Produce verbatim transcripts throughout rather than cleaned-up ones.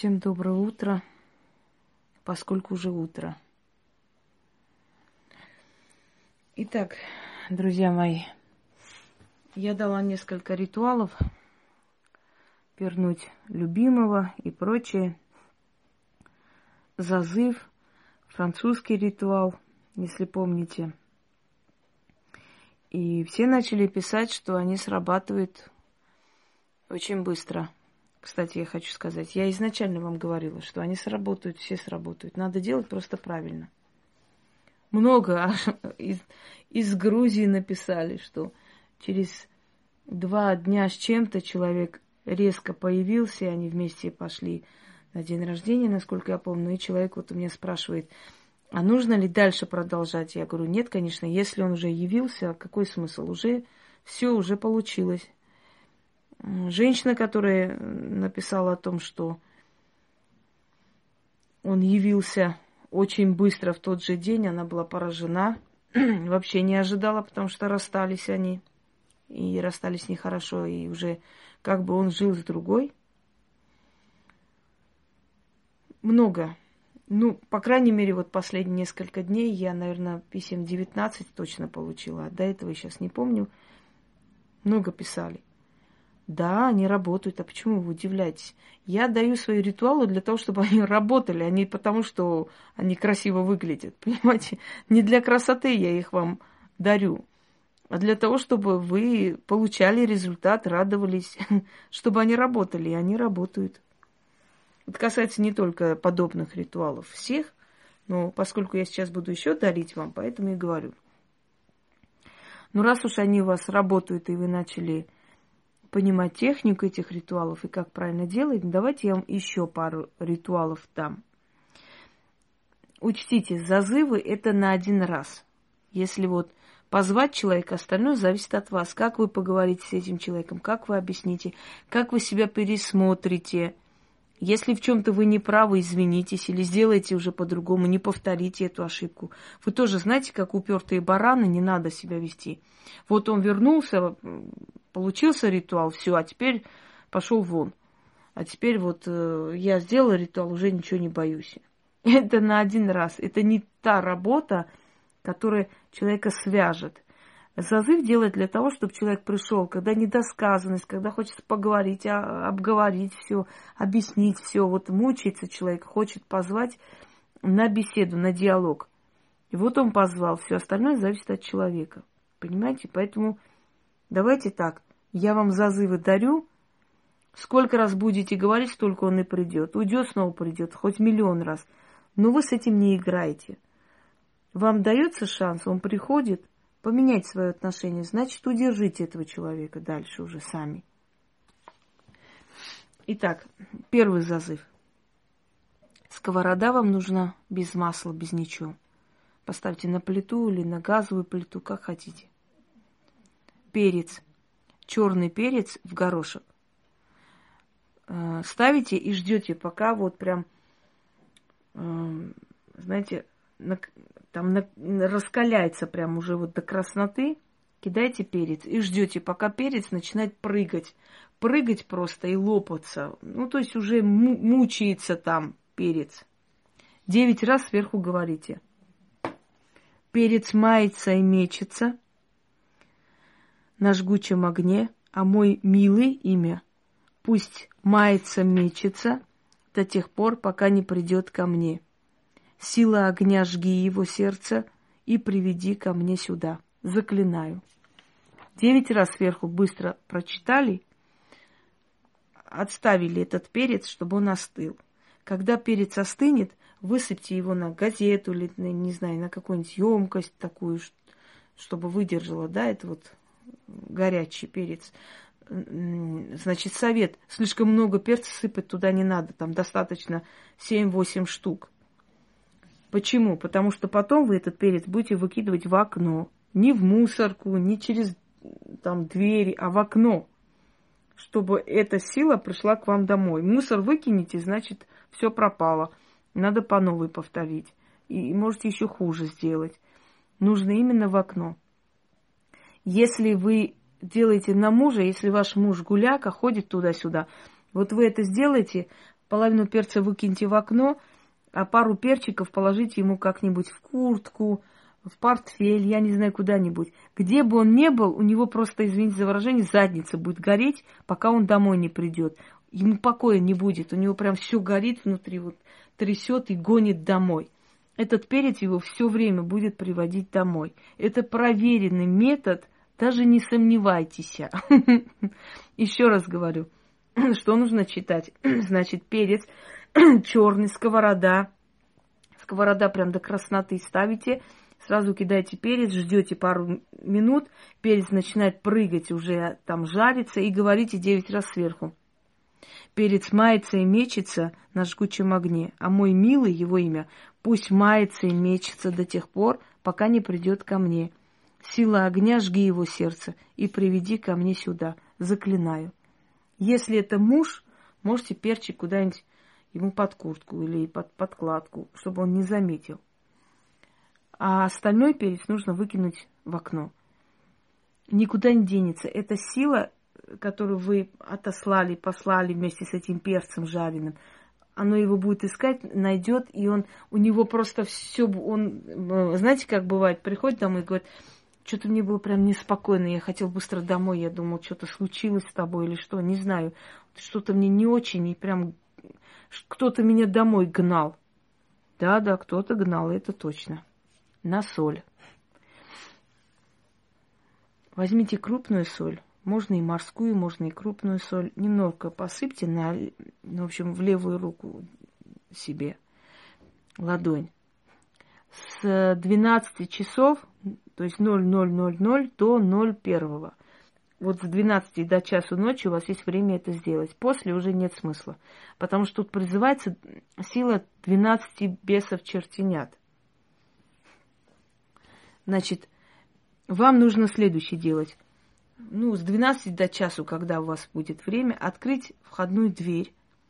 Всем доброе утро, поскольку уже утро. Итак, друзья мои, я дала несколько ритуалов, вернуть любимого и прочее. Зазыв, французский ритуал, если помните. И все начали писать, что они срабатывают очень быстро. Кстати, я хочу сказать, я изначально вам говорила, что они сработают, все сработают. Надо делать просто правильно. Много из, из Грузии написали, что через два дня с чем-то человек резко появился, и они вместе пошли на день рождения, насколько я помню. И человек вот у меня спрашивает, а нужно ли дальше продолжать? Я говорю, нет, конечно, если он уже явился, какой смысл? Уже все, уже получилось. Женщина, которая написала о том, что он явился очень быстро в тот же день, она была поражена, вообще не ожидала, потому что расстались они, и расстались нехорошо, и уже как бы он жил с другой. Много. Ну, по крайней мере, вот последние несколько дней я, наверное, писем девятнадцать точно получила, а до этого я сейчас не помню. Много писали. Да, они работают. А почему вы удивляетесь? Я даю свои ритуалы для того, чтобы они работали, а не потому, что они красиво выглядят. Понимаете? Не для красоты я их вам дарю, а для того, чтобы вы получали результат, радовались, чтобы они работали, и они работают. Это касается не только подобных ритуалов, всех, но поскольку я сейчас буду еще дарить вам, поэтому и говорю. Но раз уж они у вас работают, и вы начали понимать технику этих ритуалов и как правильно делать, давайте я вам еще пару ритуалов дам. Учтите, зазывы это на один раз. Если вот позвать человека, остальное зависит от вас. Как вы поговорите с этим человеком, как вы объясните, как вы себя пересмотрите. Если в чем-то вы не правы, извинитесь или сделайте уже по-другому, не повторите эту ошибку. Вы тоже знаете, как упертые бараны, не надо себя вести. Вот он вернулся, получился ритуал, все, а теперь пошел вон. А теперь вот э, я сделала ритуал, уже ничего не боюсь. Это на один раз. Это не та работа, которая человека свяжет. Зазыв делать для того, чтобы человек пришел, когда недосказанность, когда хочется поговорить, а, обговорить все, объяснить все. Вот мучается человек, хочет позвать на беседу, на диалог. И вот он позвал, все остальное зависит от человека. Понимаете? Поэтому давайте так. Я вам зазывы дарю. Сколько раз будете говорить, столько он и придет. Уйдет, снова придет, хоть миллион раз. Но вы с этим не играете. Вам дается шанс, он приходит. Поменять свое отношение, значит, удержите этого человека дальше уже сами. Итак, первый зазыв. Сковорода вам нужна без масла, без ничего. Поставьте на плиту или на газовую плиту, как хотите. Перец. Черный перец в горошек. Ставите и ждете, пока вот прям, знаете, там на, раскаляется прям уже вот до красноты, кидайте перец и ждете, пока перец начинает прыгать. Прыгать просто и лопаться. Ну, то есть уже му- мучается там перец. Девять раз сверху говорите. Перец мается и мечется на жгучем огне, а мой милый имя пусть мается, мечется до тех пор, пока не придет ко мне. Сила огня жги его сердце и приведи ко мне сюда. Заклинаю. Девять раз сверху быстро прочитали, отставили этот перец, чтобы он остыл. Когда перец остынет, высыпьте его на газету или, не знаю, на какую-нибудь емкость такую, чтобы выдержала, да, это вот горячий перец. Значит, совет. Слишком много перца сыпать туда не надо. Там достаточно семь-восемь штук. Почему? Потому что потом вы этот перец будете выкидывать в окно. Не в мусорку, не через там, двери, а в окно. Чтобы эта сила пришла к вам домой. Мусор выкинете, значит, все пропало. Надо по новой повторить. И можете еще хуже сделать. Нужно именно в окно. Если вы делаете на мужа, если ваш муж гуляка, ходит туда-сюда, вот вы это сделаете, половину перца выкиньте в окно, а пару перчиков положите ему как-нибудь в куртку, в портфель, я не знаю, куда-нибудь. Где бы он ни был, у него просто, извините за выражение, задница будет гореть, пока он домой не придет. Ему покоя не будет, у него прям все горит внутри, вот трясет и гонит домой. Этот перец его все время будет приводить домой. Это проверенный метод, даже не сомневайтесь. Еще раз говорю, что нужно читать. Значит, перец черный, сковорода. Сковорода прям до красноты ставите. Сразу кидаете перец, ждете пару минут. Перец начинает прыгать, уже там жарится. И говорите девять раз сверху. Перец мается и мечется на жгучем огне, а мой милый, его имя, пусть мается и мечется до тех пор, пока не придет ко мне. Сила огня, жги его сердце и приведи ко мне сюда. Заклинаю. Если это муж, можете перчик куда-нибудь ему под куртку или под подкладку, чтобы он не заметил. А остальной перец нужно выкинуть в окно. Никуда не денется. Это сила, которую вы отослали, послали вместе с этим перцем жареным. Оно его будет искать, найдет, и он, у него просто все, он, знаете, как бывает, приходит домой и говорит, что-то мне было прям неспокойно, я хотел быстро домой, я думал, что-то случилось с тобой или что, не знаю, что-то мне не очень, и прям кто-то меня домой гнал. Да-да, кто-то гнал, это точно. На соль. Возьмите крупную соль, можно и морскую, можно и крупную соль, немного посыпьте на, в общем, в левую руку себе, ладонь. С двенадцати часов, то есть ноль ноль ноль ноль до ноль первого. Вот с двенадцати до часу ночи у вас есть время это сделать. После уже нет смысла, потому что тут призывается сила двенадцати бесов-чертенят. Значит, вам нужно следующее делать. Ну, с двенадцати до часу, когда у вас будет время, открыть входную дверь,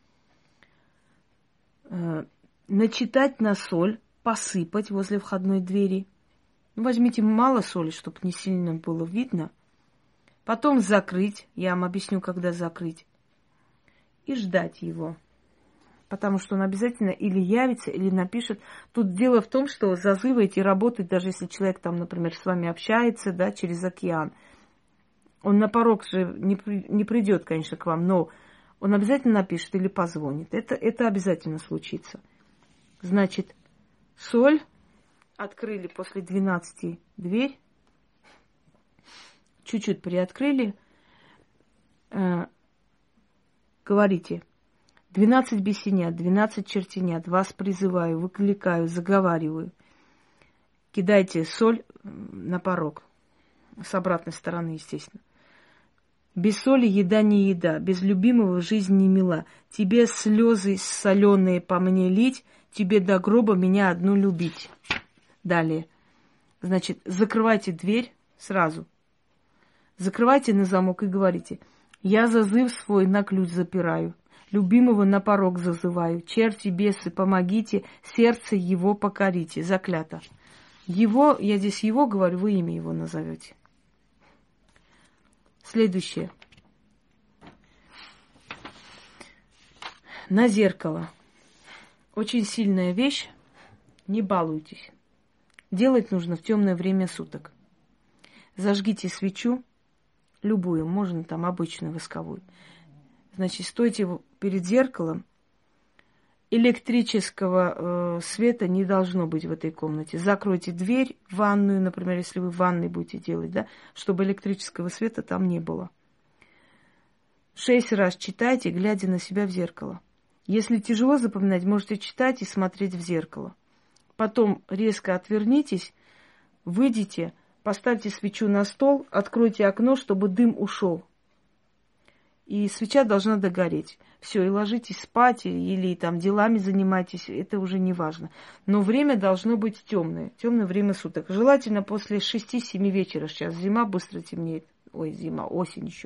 э, начитать на соль, посыпать возле входной двери. Ну, возьмите мало соли, чтобы не сильно было видно. Потом закрыть, я вам объясню, когда закрыть, и ждать его. Потому что он обязательно или явится, или напишет. Тут дело в том, что зазывы эти работают, даже если человек там, например, с вами общается, да, через океан. Он на порог же не, при, не придет, конечно, к вам, но он обязательно напишет или позвонит. Это, это обязательно случится. Значит, соль, открыли после двенадцати дверь, чуть-чуть приоткрыли, э, говорите, двенадцать бесенят, двенадцать чертенят, вас призываю, выкликаю, заговариваю. Кидайте соль на порог, с обратной стороны, естественно. Без соли еда не еда, без любимого жизнь не мила. Тебе слезы соленые по мне лить, тебе до гроба меня одну любить. Далее. Значит, закрывайте дверь сразу. Закрывайте на замок и говорите, я зазыв свой на ключ запираю, любимого на порог зазываю, черти, бесы, помогите, сердце его покорите. Заклято. Его, я здесь его говорю, вы имя его назовете. Следующее. На зеркало. Очень сильная вещь. Не балуйтесь. Делать нужно в темное время суток. Зажгите свечу, любую, можно там обычную восковую. Значит, стойте перед зеркалом. Электрического э, света не должно быть в этой комнате. Закройте дверь в ванную, например, если вы в ванной будете делать, да, чтобы электрического света там не было. Шесть раз читайте, глядя на себя в зеркало. Если тяжело запоминать, можете читать и смотреть в зеркало. Потом резко отвернитесь, выйдите, поставьте свечу на стол, откройте окно, чтобы дым ушел. И свеча должна догореть. Все, и ложитесь спать, или там делами занимайтесь, это уже не важно. Но время должно быть темное, темное время суток. Желательно после шести-семи вечера. Сейчас зима быстро темнеет. Ой, зима, осень еще.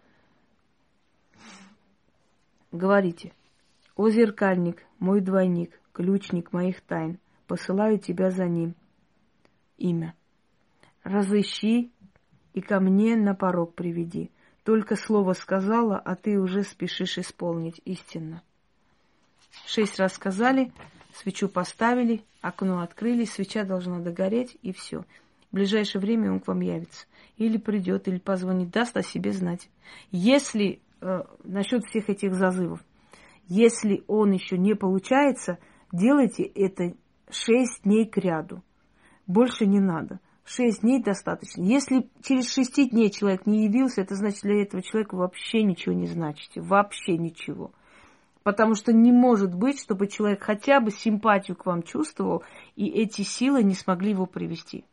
Говорите. О зеркальник, мой двойник, ключник моих тайн, посылаю тебя за ним. Имя. Разыщи и ко мне на порог приведи. Только слово сказала, а ты уже спешишь исполнить истинно. Шесть раз сказали, свечу поставили, окно открыли, свеча должна догореть, и все. В ближайшее время он к вам явится. Или придет, или позвонит, даст о себе знать. Если, э, насчет всех этих зазывов, если он еще не получается, делайте это шесть дней кряду. Больше не надо. Шесть дней достаточно. Если через шести дней человек не явился, это значит, для этого человека вообще ничего не значите. Вообще ничего. Потому что не может быть, чтобы человек хотя бы симпатию к вам чувствовал, и эти силы не смогли его привести.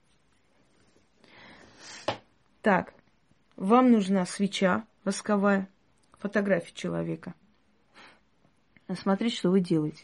Так, вам нужна свеча восковая, фотография человека. Смотрите, что вы делаете.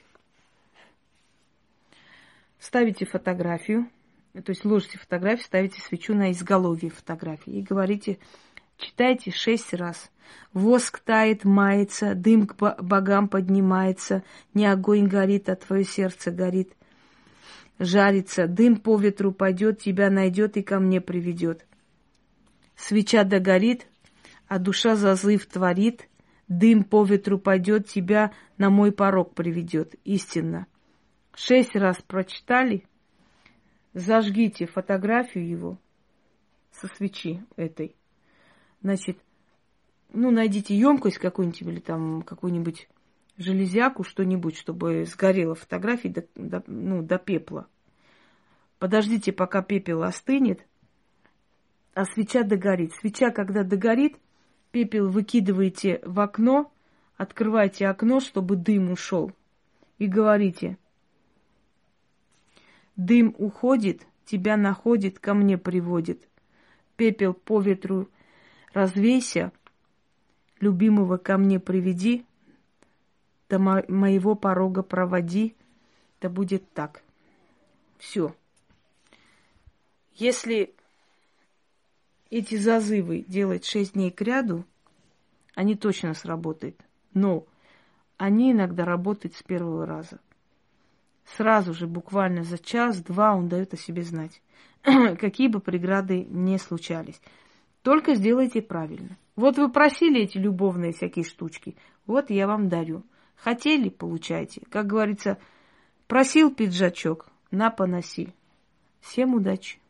Ставите фотографию, то есть ложите фотографию, ставите свечу на изголовье фотографии и говорите, читайте шесть раз. Воск тает, мается, дым к богам поднимается, не огонь горит, а твое сердце горит. Жарится, дым по ветру пойдет, тебя найдет и ко мне приведет. Свеча догорит, а душа зазыв творит, дым по ветру пойдет, тебя на мой порог приведет. Истинно. Шесть раз прочитали, зажгите фотографию его со свечи этой. Значит, ну, найдите емкость какую-нибудь или там какую-нибудь железяку, что-нибудь, чтобы сгорела фотография до, до, ну, до пепла. Подождите, пока пепел остынет, а свеча догорит. Свеча, когда догорит, пепел выкидываете в окно, открывайте окно, чтобы дым ушел. И говорите, дым уходит, тебя находит, ко мне приводит. Пепел по ветру развейся, любимого ко мне приведи, до мо- моего порога проводи, да будет так. Все. Если эти зазывы делать шесть дней кряду, они точно сработают. Но они иногда работают с первого раза. Сразу же, буквально за час-два он дает о себе знать. Какие бы преграды не случались. Только сделайте правильно. Вот вы просили эти любовные всякие штучки. Вот я вам дарю. Хотели, получайте. Как говорится, просил пиджачок, на поноси. Всем удачи.